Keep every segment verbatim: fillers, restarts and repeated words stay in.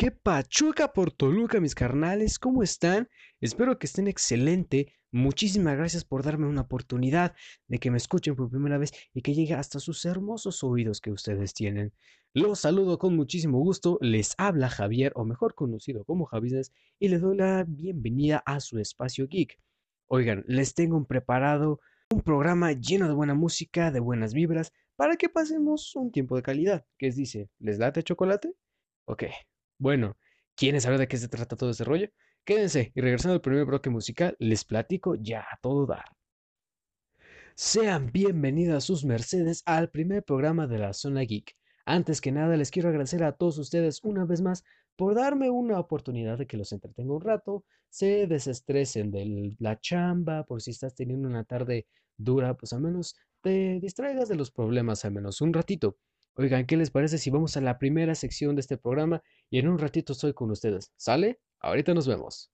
qué pachuca por Toluca, mis carnales, ¿cómo están? Espero que estén excelente. Muchísimas gracias por darme una oportunidad de que me escuchen por primera vez y que llegue hasta sus hermosos oídos que ustedes tienen. Los saludo con muchísimo gusto. Les habla Javier, o mejor conocido como Javier, y les doy la bienvenida a su espacio geek. Oigan, les tengo un preparado un programa lleno de buena música, de buenas vibras, para que pasemos un tiempo de calidad. ¿Qué les dice? ¿Les late chocolate? Ok. Bueno, ¿quieren saber de qué se trata todo este rollo? Quédense y regresando al primer bloque musical, les platico ya a todo dar. Sean bienvenidas sus mercedes al primer programa de la Zona Geek. Antes que nada, les quiero agradecer a todos ustedes una vez más por darme una oportunidad de que los entretenga un rato, se desestresen de la chamba, por si estás teniendo una tarde dura, pues al menos te distraigas de los problemas al menos un ratito. Oigan, ¿qué les parece si vamos a la primera sección de este programa y en un ratito estoy con ustedes? ¿Sale? Ahorita nos vemos.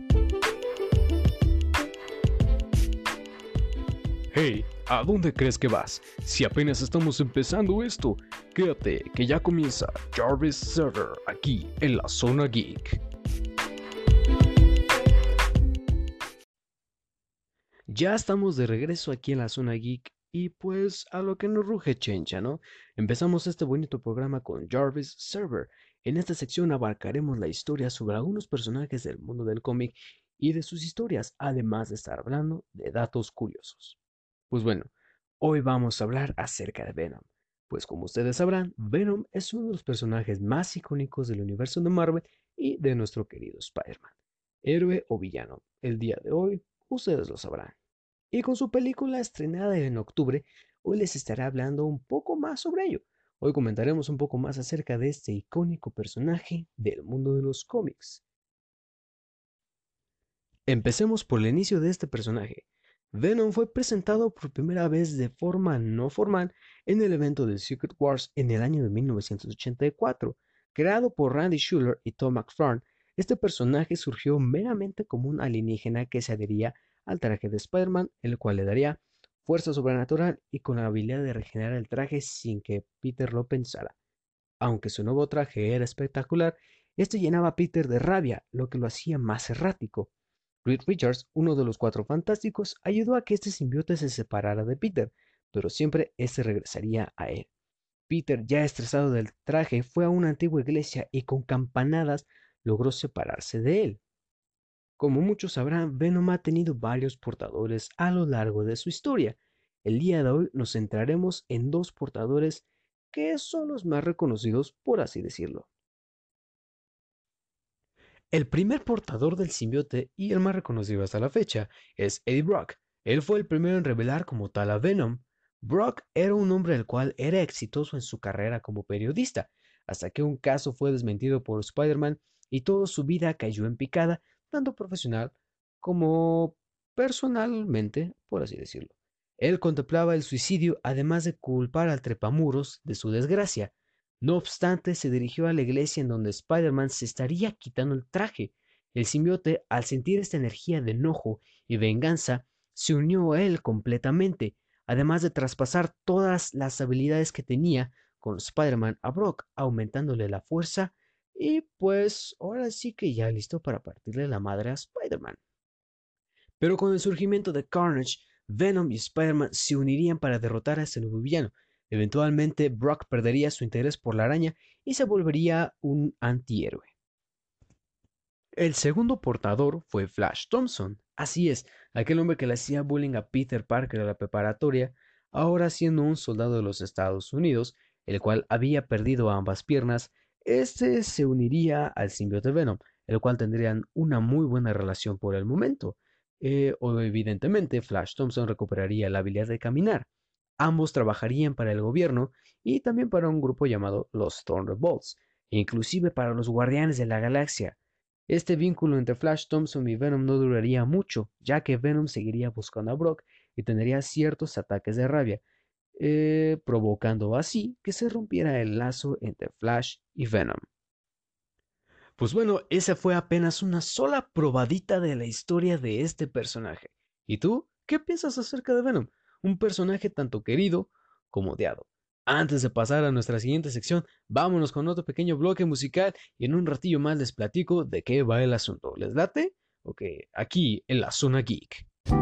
Hey, ¿a dónde crees que vas? Si apenas estamos empezando esto, quédate que ya comienza Jarvis Server aquí en la Zona Geek. Ya estamos de regreso aquí en la Zona Geek y pues a lo que nos ruge chencha, ¿no? Empezamos este bonito programa con Jarvis Server. En esta sección abarcaremos la historia sobre algunos personajes del mundo del cómic y de sus historias, además de estar hablando de datos curiosos. Pues bueno, hoy vamos a hablar acerca de Venom. Pues como ustedes sabrán, Venom es uno de los personajes más icónicos del universo de Marvel y de nuestro querido Spider-Man. Héroe o villano, el día de hoy ustedes lo sabrán. Y con su película estrenada en octubre, hoy les estaré hablando un poco más sobre ello. Hoy comentaremos un poco más acerca de este icónico personaje del mundo de los cómics. Empecemos por el inicio de este personaje. Venom fue presentado por primera vez de forma no formal en el evento de Secret Wars en el año de mil novecientos ochenta y cuatro. Creado por Randy Schuller y Tom McFarlane, este personaje surgió meramente como un alienígena que se adhería al traje de Spider-Man, el cual le daría fuerza sobrenatural y con la habilidad de regenerar el traje sin que Peter lo pensara. Aunque su nuevo traje era espectacular, este llenaba a Peter de rabia, lo que lo hacía más errático. Reed Richards, uno de los Cuatro Fantásticos, ayudó a que este simbionte se separara de Peter, pero siempre este regresaría a él. Peter, ya estresado del traje, fue a una antigua iglesia y con campanadas logró separarse de él. Como muchos sabrán, Venom ha tenido varios portadores a lo largo de su historia. El día de hoy nos centraremos en dos portadores que son los más reconocidos, por así decirlo. El primer portador del simbionte y el más reconocido hasta la fecha es Eddie Brock. Él fue el primero en revelar como tal a Venom. Brock era un hombre el cual era exitoso en su carrera como periodista, hasta que un caso fue desmentido por Spider-Man y toda su vida cayó en picada, tanto profesional como personalmente, por así decirlo. Él contemplaba el suicidio, además de culpar al trepamuros de su desgracia. No obstante, se dirigió a la iglesia en donde Spider-Man se estaría quitando el traje. El simbionte, al sentir esta energía de enojo y venganza, se unió a él completamente, además de traspasar todas las habilidades que tenía con Spider-Man a Brock, aumentándole la fuerza y pues ahora sí que ya listo para partirle la madre a Spider-Man. Pero con el surgimiento de Carnage, Venom y Spider-Man se unirían para derrotar a este nuevo villano. Eventualmente, Brock perdería su interés por la araña y se volvería un antihéroe. El segundo portador fue Flash Thompson. Así es, aquel hombre que le hacía bullying a Peter Parker a la preparatoria, ahora siendo un soldado de los Estados Unidos, el cual había perdido ambas piernas, este se uniría al simbionte Venom, el cual tendrían una muy buena relación por el momento. Eh, o evidentemente, Flash Thompson recuperaría la habilidad de caminar. Ambos trabajarían para el gobierno y también para un grupo llamado los Thunderbolts, e inclusive para los Guardianes de la Galaxia. Este vínculo entre Flash Thompson y Venom no duraría mucho, ya que Venom seguiría buscando a Brock y tendría ciertos ataques de rabia, eh, provocando así que se rompiera el lazo entre Flash y Venom. Pues bueno, esa fue apenas una sola probadita de la historia de este personaje. ¿Y tú? ¿Qué piensas acerca de Venom? Un personaje tanto querido como odiado. Antes de pasar a nuestra siguiente sección, vámonos con otro pequeño bloque musical y en un ratillo más les platico de qué va el asunto. ¿Les late? Ok, aquí en la Zona Geek.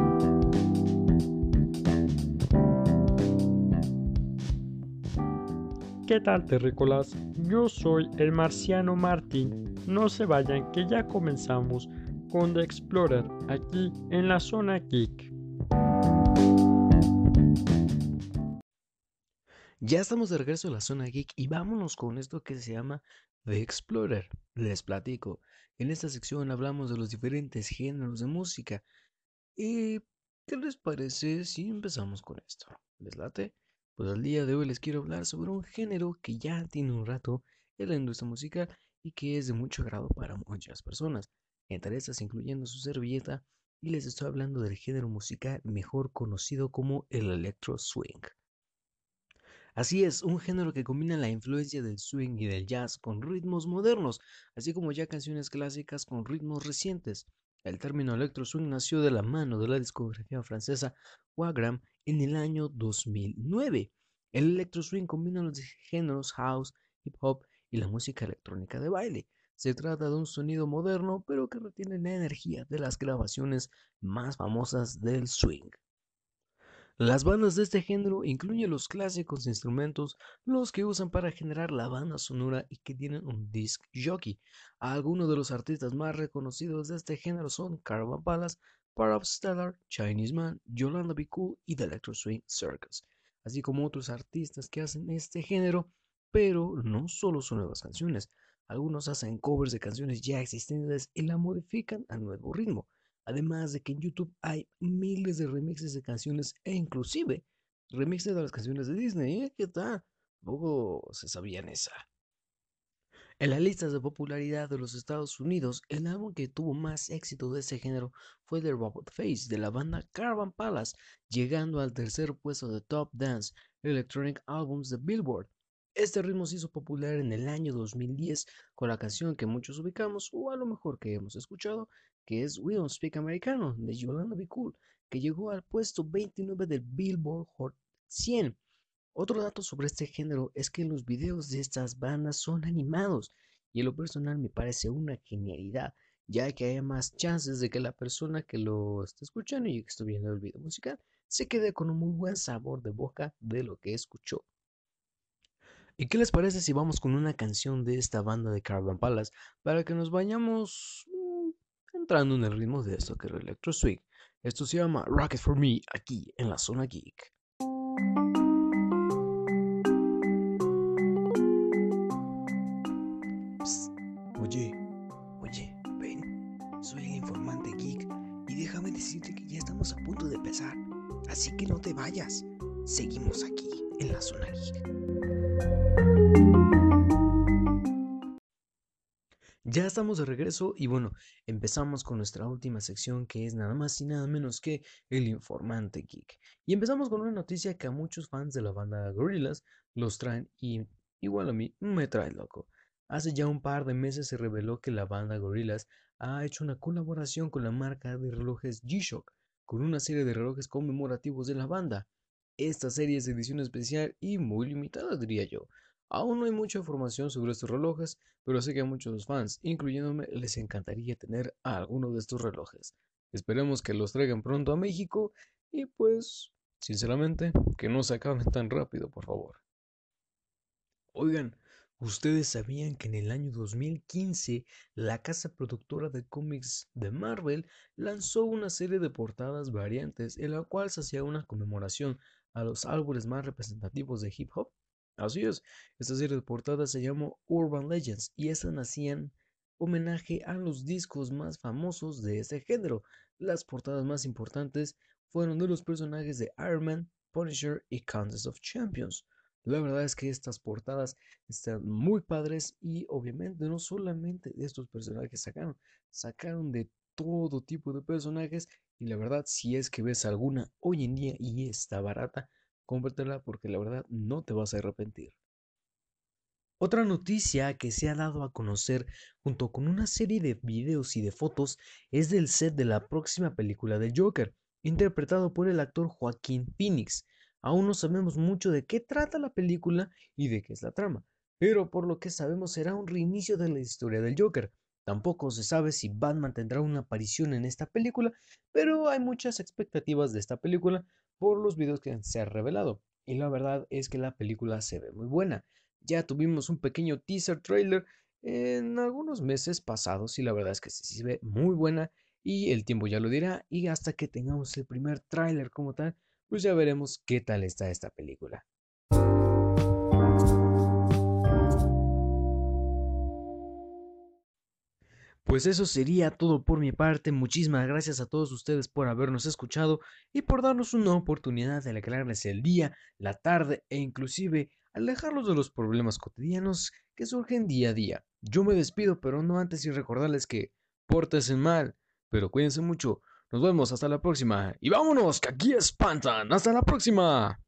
¿Qué tal, terrícolas? Yo soy el marciano Martín. No se vayan, que ya comenzamos con The Explorer aquí en la Zona Geek. Ya estamos de regreso a la Zona Geek y vámonos con esto que se llama The Explorer. Les platico. En esta sección hablamos de los diferentes géneros de música. ¿Y qué les parece si empezamos con esto? ¿Les late? Pues al día de hoy les quiero hablar sobre un género que ya tiene un rato en la industria musical y que es de mucho agrado para muchas personas, entre estas incluyendo su servilleta, y les estoy hablando del género musical mejor conocido como el electro swing. Así es, un género que combina la influencia del swing y del jazz con ritmos modernos, así como ya canciones clásicas con ritmos recientes. El término electro swing nació de la mano de la discografía francesa Wagram en el año dos mil nueve. El electro swing combina los géneros house, hip hop y la música electrónica de baile. Se trata de un sonido moderno, pero que retiene la energía de las grabaciones más famosas del swing. Las bandas de este género incluyen los clásicos instrumentos, los que usan para generar la banda sonora y que tienen un disc jockey. Algunos de los artistas más reconocidos de este género son Caravan Palace, Part of Stellar, Chinese Man, Yolanda Be Cool y The Electro Swing Circus, así como otros artistas que hacen este género, pero no solo son nuevas canciones. Algunos hacen covers de canciones ya existentes y la modifican a nuevo ritmo. Además de que en YouTube hay miles de remixes de canciones e inclusive remixes de las canciones de Disney. ¿Eh? ¿Qué tal? Poco se sabían esa. En las listas de popularidad de los Estados Unidos, el álbum que tuvo más éxito de este género fue The Robot Face de la banda Caravan Palace, llegando al tercer puesto de Top Dance Electronic Albums de Billboard. Este ritmo se hizo popular en el año dos mil diez con la canción que muchos ubicamos, o a lo mejor que hemos escuchado, que es We Don't Speak Americano de Yolanda Be Cool, que llegó al puesto veintinueve del Billboard Hot cien. Otro dato sobre este género es que los videos de estas bandas son animados y en lo personal me parece una genialidad, ya que hay más chances de que la persona que lo esté escuchando y que esté viendo el video musical se quede con un muy buen sabor de boca de lo que escuchó. ¿Y qué les parece si vamos con una canción de esta banda de Caravan Palace para que nos vayamos mmm, entrando en el ritmo de esto que es el Electro Swing? Esto se llama Rocket for Me aquí en la Zona Geek. Psst, oye, oye, ven, soy el informante geek y déjame decirte que ya estamos a punto de empezar, así que no te vayas, seguimos aquí en la Zona Geek. Ya estamos de regreso y bueno, empezamos con nuestra última sección que es nada más y nada menos que el informante geek. Y empezamos con una noticia que a muchos fans de la banda Gorillaz los traen y igual a mí me trae loco. Hace ya un par de meses se reveló que la banda Gorillaz ha hecho una colaboración con la marca de relojes G-Shock, con una serie de relojes conmemorativos de la banda. Esta serie es de edición especial y muy limitada, diría yo. Aún no hay mucha información sobre estos relojes, pero sé que a muchos fans, incluyéndome, les encantaría tener alguno de estos relojes. Esperemos que los traigan pronto a México y pues, sinceramente, que no se acaben tan rápido, por favor. Oigan, ¿ustedes sabían que en el año dos mil quince la casa productora de cómics de Marvel lanzó una serie de portadas variantes en la cual se hacía una conmemoración a los álbumes más representativos de hip hop? Así es, esta serie de portadas se llamó Urban Legends y estas hacían homenaje a los discos más famosos de este género. Las portadas más importantes fueron de los personajes de Iron Man, Punisher y Contest of Champions. La verdad es que estas portadas están muy padres y obviamente no solamente de estos personajes sacaron, sacaron de todo tipo de personajes y la verdad si es que ves alguna hoy en día y está barata, cómpratela porque la verdad no te vas a arrepentir. Otra noticia que se ha dado a conocer junto con una serie de videos y de fotos es del set de la próxima película de Joker, interpretado por el actor Joaquín Phoenix. Aún no sabemos mucho de qué trata la película y de qué es la trama, pero por lo que sabemos será un reinicio de la historia del Joker. Tampoco se sabe si Batman tendrá una aparición en esta película, pero hay muchas expectativas de esta película por los videos que se han revelado. Y la verdad es que la película se ve muy buena. Ya tuvimos un pequeño teaser trailer en algunos meses pasados y la verdad es que sí se ve muy buena y el tiempo ya lo dirá y hasta que tengamos el primer tráiler como tal, pues ya veremos qué tal está esta película. Pues eso sería todo por mi parte. Muchísimas gracias a todos ustedes por habernos escuchado y por darnos una oportunidad de alegrarles el día, la tarde e inclusive alejarlos de los problemas cotidianos que surgen día a día. Yo me despido, pero no antes sin recordarles que pórtense mal, pero cuídense mucho. Nos vemos hasta la próxima y vámonos, que aquí espantan. Hasta la próxima.